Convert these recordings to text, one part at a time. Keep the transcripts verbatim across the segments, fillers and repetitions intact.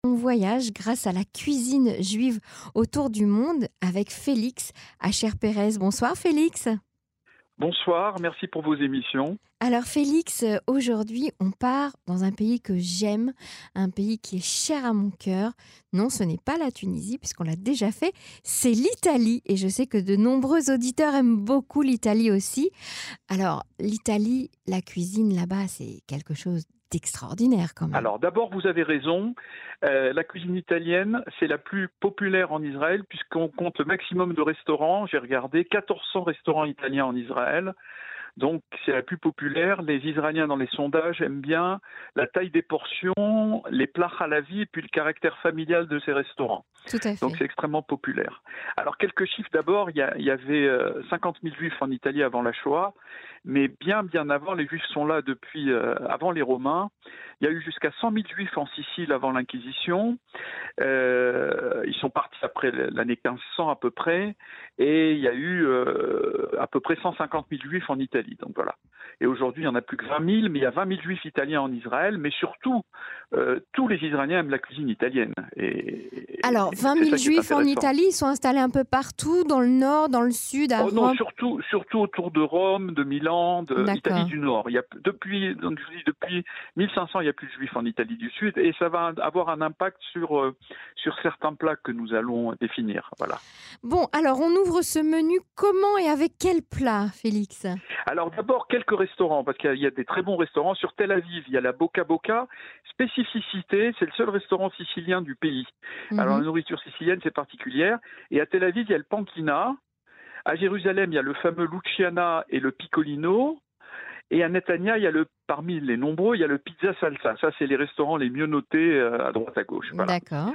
On voyage grâce à la cuisine juive autour du monde avec Félix Acher-Pérez. Bonsoir Félix. Bonsoir, merci pour vos émissions. Alors Félix, euh, aujourd'hui on part dans un pays que j'aime, un pays qui est cher à mon cœur. Non, ce n'est pas la Tunisie puisqu'on l'a déjà fait, c'est l'Italie. Et je sais que de nombreux auditeurs aiment beaucoup l'Italie aussi. Alors l'Italie, la cuisine là-bas, c'est quelque chose d'extraordinaire quand même. Alors d'abord, vous avez raison, euh, la cuisine italienne, c'est la plus populaire en Israël puisqu'on compte le maximum de restaurants. J'ai regardé quatorze cents restaurants italiens en Israël. Donc c'est la plus populaire. Les Israéliens dans les sondages aiment bien la taille des portions, les plats à la vie et puis le caractère familial de ces restaurants. Tout à Donc fait. c'est extrêmement populaire. Alors quelques chiffres d'abord, il y, a, il y avait euh, cinquante mille juifs en Italie avant la Shoah, mais bien bien avant, les juifs sont là depuis euh, avant les Romains. Il y a eu jusqu'à cent mille juifs en Sicile avant l'Inquisition. Euh, ils sont partis après l'année quinze cents à peu près, et il y a eu euh, à peu près cent cinquante mille juifs en Italie. Donc voilà. Et aujourd'hui, il n'y en a plus que vingt mille, mais il y a vingt mille juifs italiens en Israël, mais surtout, euh, tous les Israéliens aiment la cuisine italienne. Et, Alors, et vingt c'est mille ça qui est juifs en intéressant. Italie, ils sont installés un peu partout, dans le nord, dans le sud, à Oh non, Rome. surtout, surtout autour de Rome, de Milan, de D'accord. Italie du Nord. Il y a depuis, donc je vous dis, depuis mille cinq cents, il n'y a plus de juifs en Italie du Sud, et ça va avoir un impact sur euh, sur certains plats que nous allons définir. Voilà. Bon, alors on ouvre ce menu. Comment et avec quel plat, Félix? Alors d'abord quelques restaurants, parce qu'il y a, il y a des très bons restaurants. Sur Tel Aviv, il y a la Boca Boca. Spécificité, c'est le seul restaurant sicilien du pays. Alors la Mhm. nourriture sicilienne, c'est particulière. Et à Tel Aviv, il y a le Panchina. À Jérusalem, il y a le fameux Luciana et le Piccolino. Et à Netanya, il y a le, parmi les nombreux, il y a le Pizza Salsa. Ça, c'est les restaurants les mieux notés euh, à droite à gauche. Voilà. D'accord.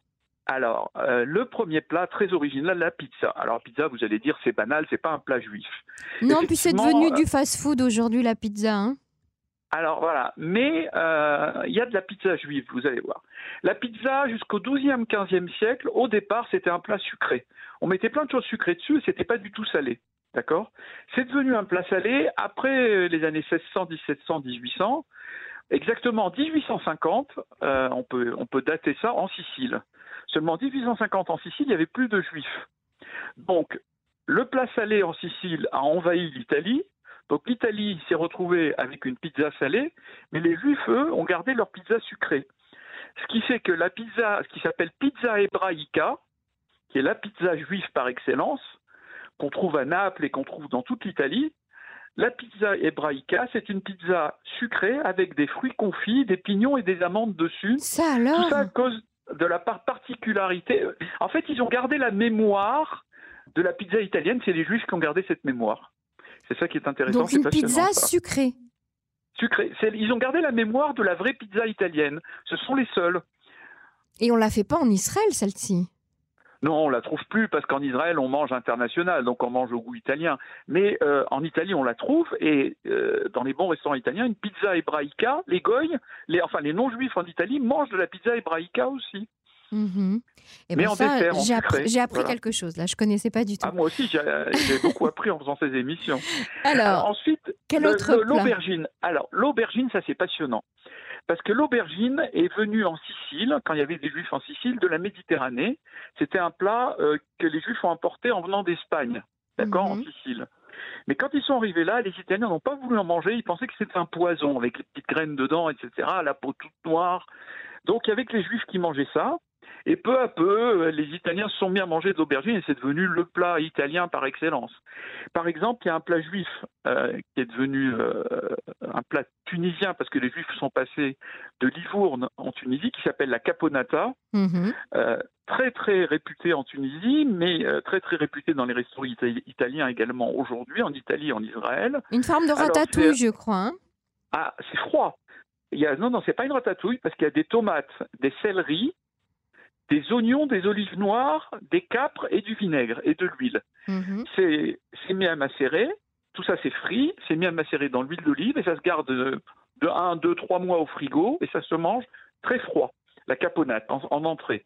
Alors, euh, le premier plat très original, la pizza. Alors, pizza, vous allez dire, c'est banal, c'est pas un plat juif. Non, puis c'est Effectivement, devenu euh, du fast-food aujourd'hui, la pizza, hein. alors voilà, mais euh, il y a de la pizza juive, vous allez voir. La pizza, jusqu'au douzième, quinzième siècle, au départ, c'était un plat sucré. On mettait plein de choses sucrées dessus et c'était pas du tout salé. D'accord? C'est devenu un plat salé après les années seize cents, dix-sept cents, dix-huit cents. Exactement en dix-huit cent cinquante, euh, on peut, on peut dater ça en Sicile. Seulement en dix-huit cent cinquante en Sicile, il n'y avait plus de juifs. Donc, le plat salé en Sicile a envahi l'Italie. Donc, l'Italie s'est retrouvée avec une pizza salée, mais les Juifs, eux, ont gardé leur pizza sucrée. Ce qui fait que la pizza, ce qui s'appelle pizza hebraïca, qui est la pizza juive par excellence, qu'on trouve à Naples et qu'on trouve dans toute l'Italie, la pizza hebraïca, c'est une pizza sucrée avec des fruits confits, des pignons et des amandes dessus. Ça Tout alors? ça à cause de la par- particularité. En fait, ils ont gardé la mémoire de la pizza italienne. C'est les Juifs qui ont gardé cette mémoire. C'est ça qui est intéressant, Donc c'est une passionnant pizza ça. sucrée. Sucré. C'est- Ils ont gardé la mémoire de la vraie pizza italienne. Ce sont les seuls. Et on la fait pas en Israël, celle-ci. Non, on la trouve plus parce qu'en Israël, on mange international, donc on mange au goût italien. Mais euh, en Italie, on la trouve et euh, dans les bons restaurants italiens, une pizza hebraïca, les goy, les, enfin les non-juifs en Italie mangent de la pizza hebraïca aussi. Mhm. Et Mais ben en ça, dessert, en j'ai appris, sucré. j'ai appris Voilà. quelque chose là. Je connaissais pas du tout. Ah, moi aussi, j'ai j'ai beaucoup appris en faisant ces émissions. Alors Alors, ensuite, quel le- autre le- plat? l'aubergine. Alors l'aubergine, ça c'est passionnant. Parce que l'aubergine est venue en Sicile, quand il y avait des Juifs en Sicile, de la Méditerranée. C'était un plat euh, que les Juifs ont importé en venant d'Espagne, d'accord, en Mhm. Sicile. Mais quand ils sont arrivés là, les Italiens n'ont pas voulu en manger. Ils pensaient que c'était un poison avec les petites graines dedans, et cetera, la peau toute noire. Donc il y avait que les Juifs qui mangeaient ça. Et peu à peu, les Italiens se sont mis à manger de l'aubergine et c'est devenu le plat italien par excellence. Par exemple, il y a un plat juif euh, qui est devenu euh, un plat tunisien parce que les Juifs sont passés de Livourne en Tunisie qui s'appelle la caponata, Mhm. euh, très très réputé en Tunisie, mais euh, très très réputé dans les restaurants itali- italiens également aujourd'hui, en Italie et en Israël. Une forme de Alors c'est ratatouille, je crois, hein. ah, c'est froid. Il y a, non, non, c'est pas une ratatouille parce qu'il y a des tomates, des céleris, des oignons, des olives noires, des capres et du vinaigre et de l'huile. Mhm. C'est c'est mis à macérer, tout ça c'est frit, c'est mis à macérer dans l'huile d'olive et ça se garde de, de un, deux, trois mois au frigo et ça se mange très froid, la caponate en, en entrée.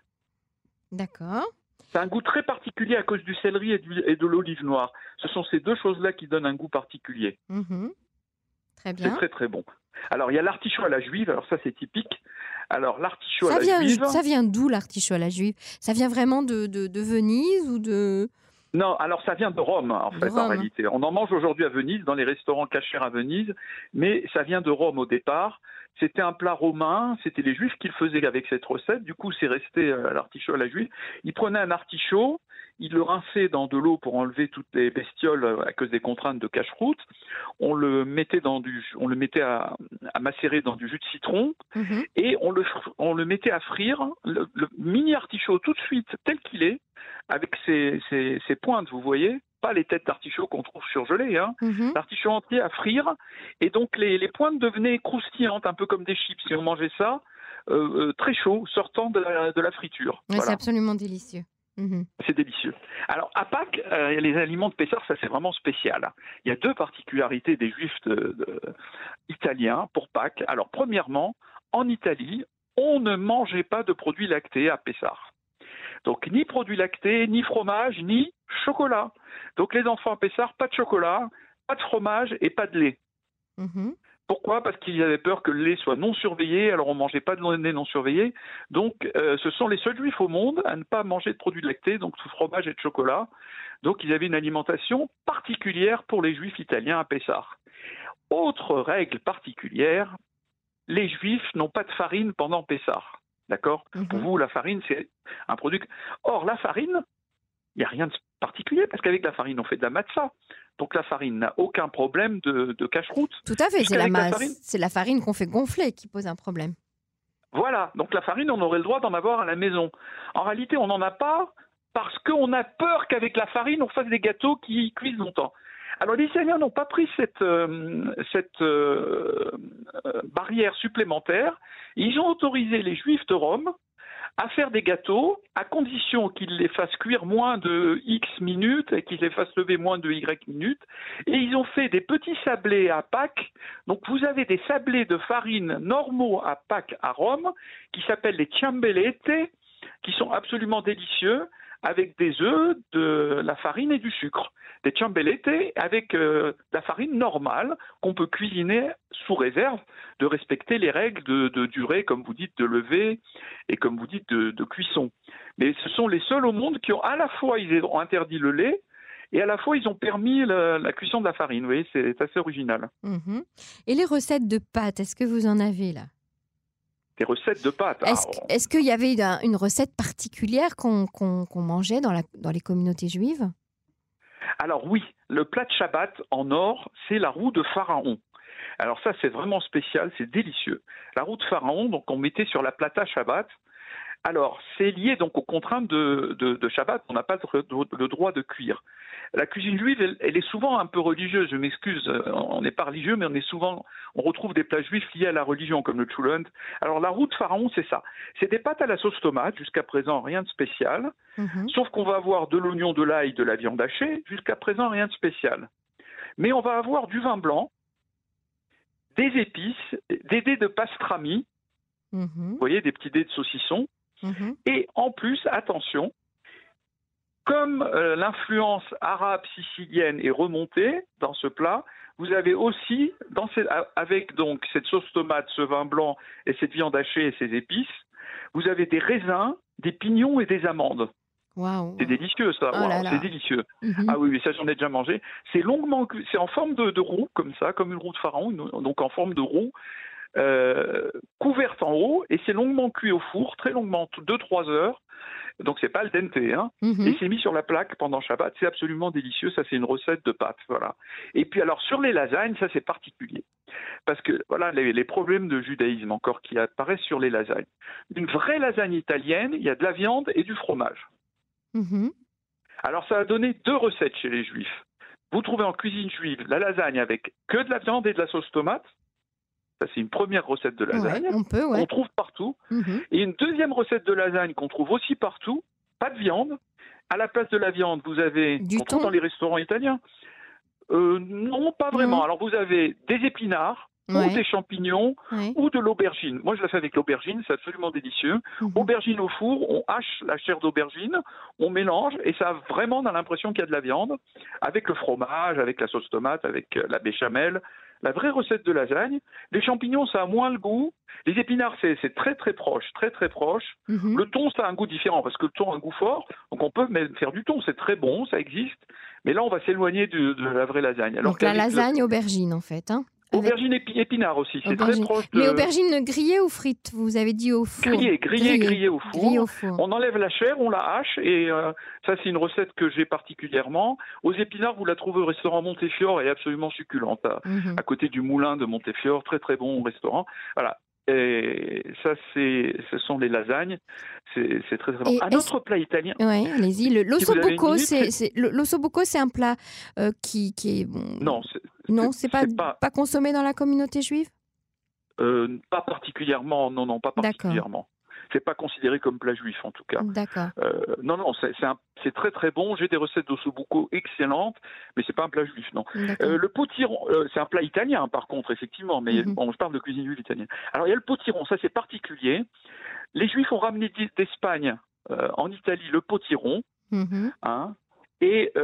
D'accord. C'est un goût très particulier à cause du céleri et, du- et de l'olive noire. Ce sont ces deux choses-là qui donnent un goût particulier. Mhm. Très C'est bien. très très bon. Alors il y a l'artichaut à la juive, alors ça c'est typique. Alors, l'artichaut à Ça la vient, juive... ça vient d'où l'artichaut à la juive? Ça vient vraiment de, de, de Venise ou de... Non, alors ça vient de Rome, en de fait, en Rome? réalité. On en mange aujourd'hui à Venise, dans les restaurants cachers à Venise, mais ça vient de Rome au départ. C'était un plat romain, c'était les Juifs qui le faisaient avec cette recette. Du coup, c'est resté euh, l'artichaut à la juive. Ils prenaient un artichaut, ils le rinçaient dans de l'eau pour enlever toutes les bestioles euh, à cause des contraintes de cache-route. On le mettait, dans du, on le mettait à, à macérer dans du jus de citron Mhm. et on le, on le mettait à frire, le, le mini artichaut tout de suite tel qu'il est, avec ses, ses, ses pointes, vous voyez, pas les têtes d'artichaut qu'on trouve surgelées, hein. Mhm. L'artichaut entier à frire, et donc les, les pointes devenaient croustillantes, un peu comme des chips, si on mangeait ça, euh, euh, très chaud, sortant de la, de la friture. Ouais, c'est Voilà, absolument délicieux. Mhm. c'est délicieux. Alors, à Pâques, euh, les aliments de Pessah, ça c'est vraiment spécial. Il y a deux particularités des Juifs de, de, italiens pour Pâques. Alors, premièrement, en Italie, on ne mangeait pas de produits lactés à Pessah. Donc, ni produits lactés, ni fromage, ni chocolat. Donc, les enfants à Pessah, pas de chocolat, pas de fromage et pas de lait. Mhm. Pourquoi? Parce qu'ils avaient peur que le lait soit non surveillé, alors on ne mangeait pas de lait non surveillé. Donc, euh, ce sont les seuls juifs au monde à ne pas manger de produits lactés, donc de fromage et de chocolat. Donc, ils avaient une alimentation particulière pour les juifs italiens à Pessah. Autre règle particulière, les juifs n'ont pas de farine pendant Pessah. D'accord? Mhm. Pour vous, la farine, c'est un produit. Or, la farine, il n'y a rien de particulier, parce qu'avec la farine, on fait de la matzah. Donc, la farine n'a aucun problème de, de cache-route. Tout à fait, c'est la, Puisqu'avec la masse, farine, c'est la farine qu'on fait gonfler qui pose un problème. voilà. Donc, la farine, on aurait le droit d'en avoir à la maison. En réalité, on n'en a pas parce qu'on a peur qu'avec la farine, on fasse des gâteaux qui cuisent longtemps. Alors, les Italiens n'ont pas pris cette, euh, cette euh, euh, barrière supplémentaire. Ils ont autorisé les Juifs de Rome à faire des gâteaux à condition qu'ils les fassent cuire moins de X minutes et qu'ils les fassent lever moins de Y minutes. Et ils ont fait des petits sablés à Pâques. Donc vous avez des sablés de farine normaux à Pâques à Rome qui s'appellent les ciambellette, qui sont absolument délicieux avec des œufs, de la farine et du sucre. Des ciambellette avec euh, la farine normale qu'on peut cuisiner sous réserve de respecter les règles de, de durée, comme vous dites, de levée et comme vous dites, de, de cuisson. Mais ce sont les seuls au monde qui ont à la fois ils ont interdit le lait et à la fois ils ont permis la, la cuisson de la farine. Vous voyez, c'est assez original. Mhm. Et les recettes de pâtes, est-ce que vous en avez là? Des recettes de pâtes. Est-ce Alors, est-ce qu'il y avait une, une recette particulière qu'on qu'on, qu'on mangeait dans, la, dans les communautés juives? alors oui, le plat de Shabbat en or, c'est la roue de Pharaon. Alors ça, c'est vraiment spécial, c'est délicieux. La roue de Pharaon, donc on mettait sur la plata Shabbat. Alors, c'est lié donc aux contraintes de, de, de Shabbat, on n'a pas le, le droit de cuire. La cuisine juive, elle, elle est souvent un peu religieuse, je m'excuse, on n'est pas religieux, mais on est souvent, on retrouve des plats juifs liés à la religion, comme le chulent. Alors, la roue de Pharaon, c'est ça. C'est des pâtes à la sauce tomate, jusqu'à présent, rien de spécial, Mhm. sauf qu'on va avoir de l'oignon, de l'ail, de la viande hachée, jusqu'à présent, rien de spécial. Mais on va avoir du vin blanc, des épices, des dés de pastrami, Mhm. vous voyez, des petits dés de saucisson, Mhm. et en plus, attention, comme euh, l'influence arabe sicilienne est remontée dans ce plat, vous avez aussi, dans ces, avec donc cette sauce tomate, ce vin blanc et cette viande hachée et ces épices, vous avez des raisins, des pignons et des amandes. Waouh. C'est délicieux ça, Oh wow, là là. c'est délicieux. Mhm. Ah oui, oui, ça j'en ai déjà mangé. C'est longuement, cu- c'est en forme de, de roue comme ça, comme une roue de pharaon, une- donc en forme de roue, euh, couverte en haut, et c'est longuement cuit au four, très longuement, deux trois heures. Donc c'est pas al dente, hein. Mhm. Et c'est mis sur la plaque pendant Shabbat, c'est absolument délicieux, ça c'est une recette de pâtes, voilà. Et puis alors sur les lasagnes, ça c'est particulier, parce que voilà les, les problèmes de judaïsme encore qui apparaissent sur les lasagnes. Une vraie lasagne italienne, il y a de la viande et du fromage. Mhm. Alors ça a donné deux recettes chez les juifs. Vous trouvez en cuisine juive la lasagne avec que de la viande et de la sauce tomate, ça c'est une première recette de lasagne, Ouais, on peut, ouais. qu'on trouve partout. Mhm. Et une deuxième recette de lasagne qu'on trouve aussi partout, pas de viande. À la place de la viande, vous avez, Du qu'on trouve thon. dans les restaurants italiens, euh, non, pas vraiment. Non. Alors vous avez des épinards, Ouais. ou des champignons, Ouais. ou de l'aubergine. Moi, je la fais avec l'aubergine, c'est absolument délicieux. Mhm. Aubergine au four, on hache la chair d'aubergine, on mélange, et ça, vraiment, on a l'impression qu'il y a de la viande, avec le fromage, avec la sauce tomate, avec euh, la béchamel. la vraie recette de lasagne. Les champignons, ça a moins le goût. Les épinards, c'est, c'est très très proche, très très proche. Mhm. Le thon, ça a un goût différent parce que le thon a un goût fort. Donc on peut même faire du thon, c'est très bon, ça existe. Mais là, on va s'éloigner de, de la vraie lasagne. Alors Donc la lasagne le... aubergine, en fait. Hein, avec... Aubergine épi- épinard aussi, c'est aubergine. très proche de... Mais aubergine grillée ou frite? Vous avez dit au four. Grillée, grillée, grillée au four. Grillée au four. On enlève la chair, on la hache et euh, ça, c'est une recette que j'ai particulièrement. Aux épinards, vous la trouvez au restaurant Montefiore, elle est absolument succulente. À, mm-hmm. à côté du moulin de Montefiore, très très bon restaurant. Voilà. Et ça, c'est, ce sont les lasagnes. C'est, c'est très très bon. Et un autre plat italien. Oui, allez-y. Le, l'ossobuco, si c'est, c'est, le, l'ossobuco, c'est un plat euh, qui, qui est... Bon... Non, c'est, non, c'est, c'est, pas, c'est pas... pas consommé dans la communauté juive euh, Pas particulièrement, non, non, pas particulièrement. D'accord. C'est pas considéré comme plat juif, en tout cas. D'accord. Euh, non, non, c'est, c'est, un, c'est très très bon. J'ai des recettes d'ossobuco excellentes, mais c'est pas un plat juif, non. Euh, le potiron, euh, c'est un plat italien, par contre, effectivement, mais mm-hmm. bon, je parle de cuisine juive italienne. Alors, il y a le potiron, ça c'est particulier. Les Juifs ont ramené d'Espagne euh, en Italie le potiron, mm-hmm. hein, et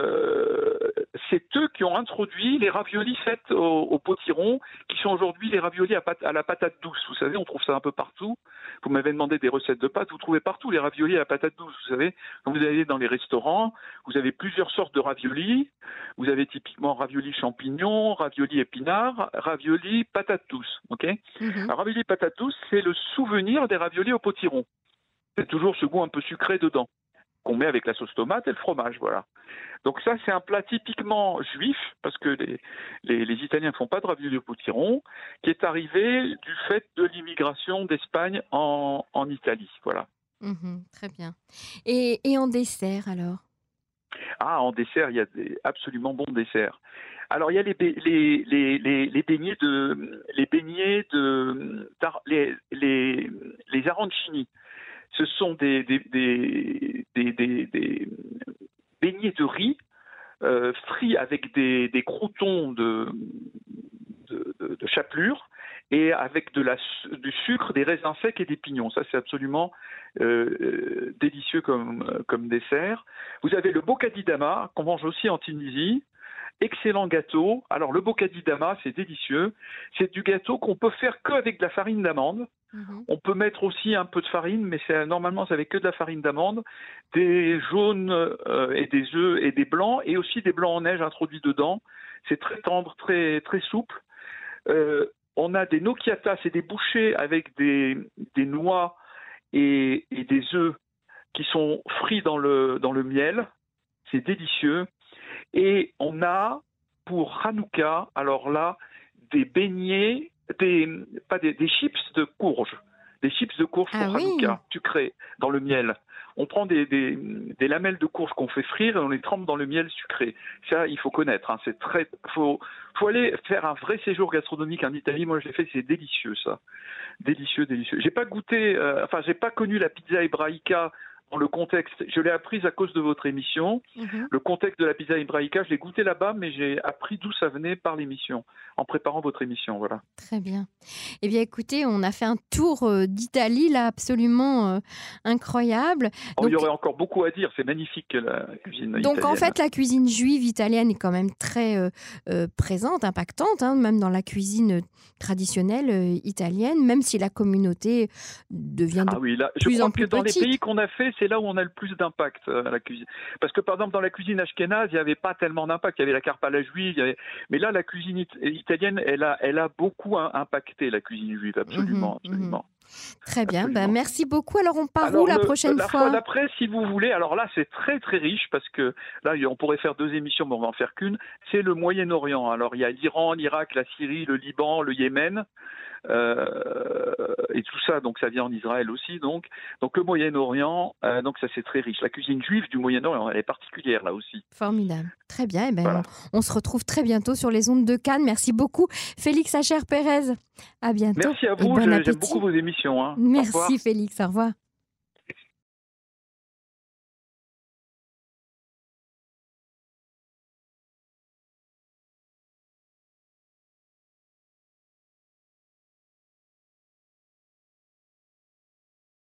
euh, c'est eux qui ont introduit les raviolis faits au, au potiron, qui sont aujourd'hui les raviolis à, pat- à la patate douce. Vous savez, on trouve ça un peu partout. Vous m'avez demandé des recettes de pâtes, vous trouvez partout les raviolis à la patate douce. Vous savez, quand vous allez dans les restaurants, vous avez plusieurs sortes de raviolis. Vous avez typiquement ravioli champignons, ravioli épinards, ravioli patate douce. Okay mm-hmm. Alors, ravioli patate douce, c'est le souvenir des raviolis au potiron. C'est toujours ce goût un peu sucré dedans, qu'on met avec la sauce tomate et le fromage, voilà. Donc ça, c'est un plat typiquement juif, parce que les, les, les Italiens ne font pas de ravioli au potiron, qui est arrivé du fait de l'immigration d'Espagne en, en Italie, voilà. Mmh, très bien. Et, et en dessert, alors? Ah, en dessert, il y a des absolument bons desserts. Alors, il y a les, les, les, les, les beignets de... Les beignets de... Les, les, les arancini. Ce sont des, des, des, des, des, des beignets de riz euh, frits avec des, des croûtons de, de, de, de chapelure et avec de la, du sucre, des raisins secs et des pignons. Ça, c'est absolument euh, délicieux comme, comme dessert. Vous avez le bocadidama, qu'on mange aussi en Tunisie. Excellent gâteau. Alors, le bocadidama, c'est délicieux. C'est du gâteau qu'on peut faire qu'avec de la farine d'amande. Mmh. On peut mettre aussi un peu de farine, mais c'est, normalement, c'est avec que de la farine d'amande, des jaunes euh, et des œufs et des blancs, et aussi des blancs en neige introduits dedans. C'est très tendre, très, très souple. Euh, on a des gnocchiatas, c'est des bouchées avec des, des noix et, et des œufs qui sont frits dans le, dans le miel. C'est délicieux. Et on a, pour Hanouka, alors là, des beignets, des, pas des, des chips de courge. Des chips de courge pour ah Hanouka, oui. sucrés, dans le miel. On prend des, des, des lamelles de courge qu'on fait frire et on les trempe dans le miel sucré. Ça, il faut connaître. Hein. C'est très, faut, faut aller faire un vrai séjour gastronomique en Italie. Moi, je l'ai fait, c'est délicieux, ça. Délicieux, délicieux. J'ai pas goûté, euh, enfin, j'ai pas connu la pizza hebraïca dans le contexte, je l'ai apprise à cause de votre émission. Mmh. Le contexte de la pizza hebraïca, je l'ai goûté là-bas, mais j'ai appris d'où ça venait par l'émission, en préparant votre émission, voilà. Très bien. Eh bien, écoutez, on a fait un tour euh, d'Italie, là, absolument euh, incroyable. Oh, donc, il y aurait encore beaucoup à dire, c'est magnifique, la cuisine donc, italienne. Donc, en fait, la cuisine juive italienne est quand même très euh, euh, présente, impactante, hein, même dans la cuisine traditionnelle euh, italienne, même si la communauté devient de ah oui, là, plus je crois en plus que dans petite. les pays qu'on a fait, c'est là où on a le plus d'impact à euh, la cuisine. Parce que par exemple dans la cuisine ashkénaze, il n'y avait pas tellement d'impact. Il y avait la carpe à la juive, il y avait... mais là la cuisine it- italienne, elle a, elle a beaucoup hein, impacté la cuisine juive, absolument, mmh, absolument. Mmh. Très bien, bah, merci beaucoup. Alors on part alors, où la le, prochaine la fois, fois d'après, si vous voulez. Alors là, c'est très très riche parce que là, on pourrait faire deux émissions, mais on va en faire qu'une. C'est le Moyen-Orient. Alors il y a l'Iran, l'Irak, la Syrie, le Liban, le Yémen. Euh, et tout ça, donc ça vient en Israël aussi, donc donc le Moyen-Orient, euh, donc ça c'est très riche. La cuisine juive du Moyen-Orient, elle est particulière là aussi. Formidable, très bien. Et ben voilà. on, on se retrouve très bientôt sur les ondes de Cannes. Merci beaucoup, Félix Acher Pérez. À bientôt. Merci à vous. Bon je, j'aime beaucoup vos émissions. Hein. Merci Félix. Au revoir.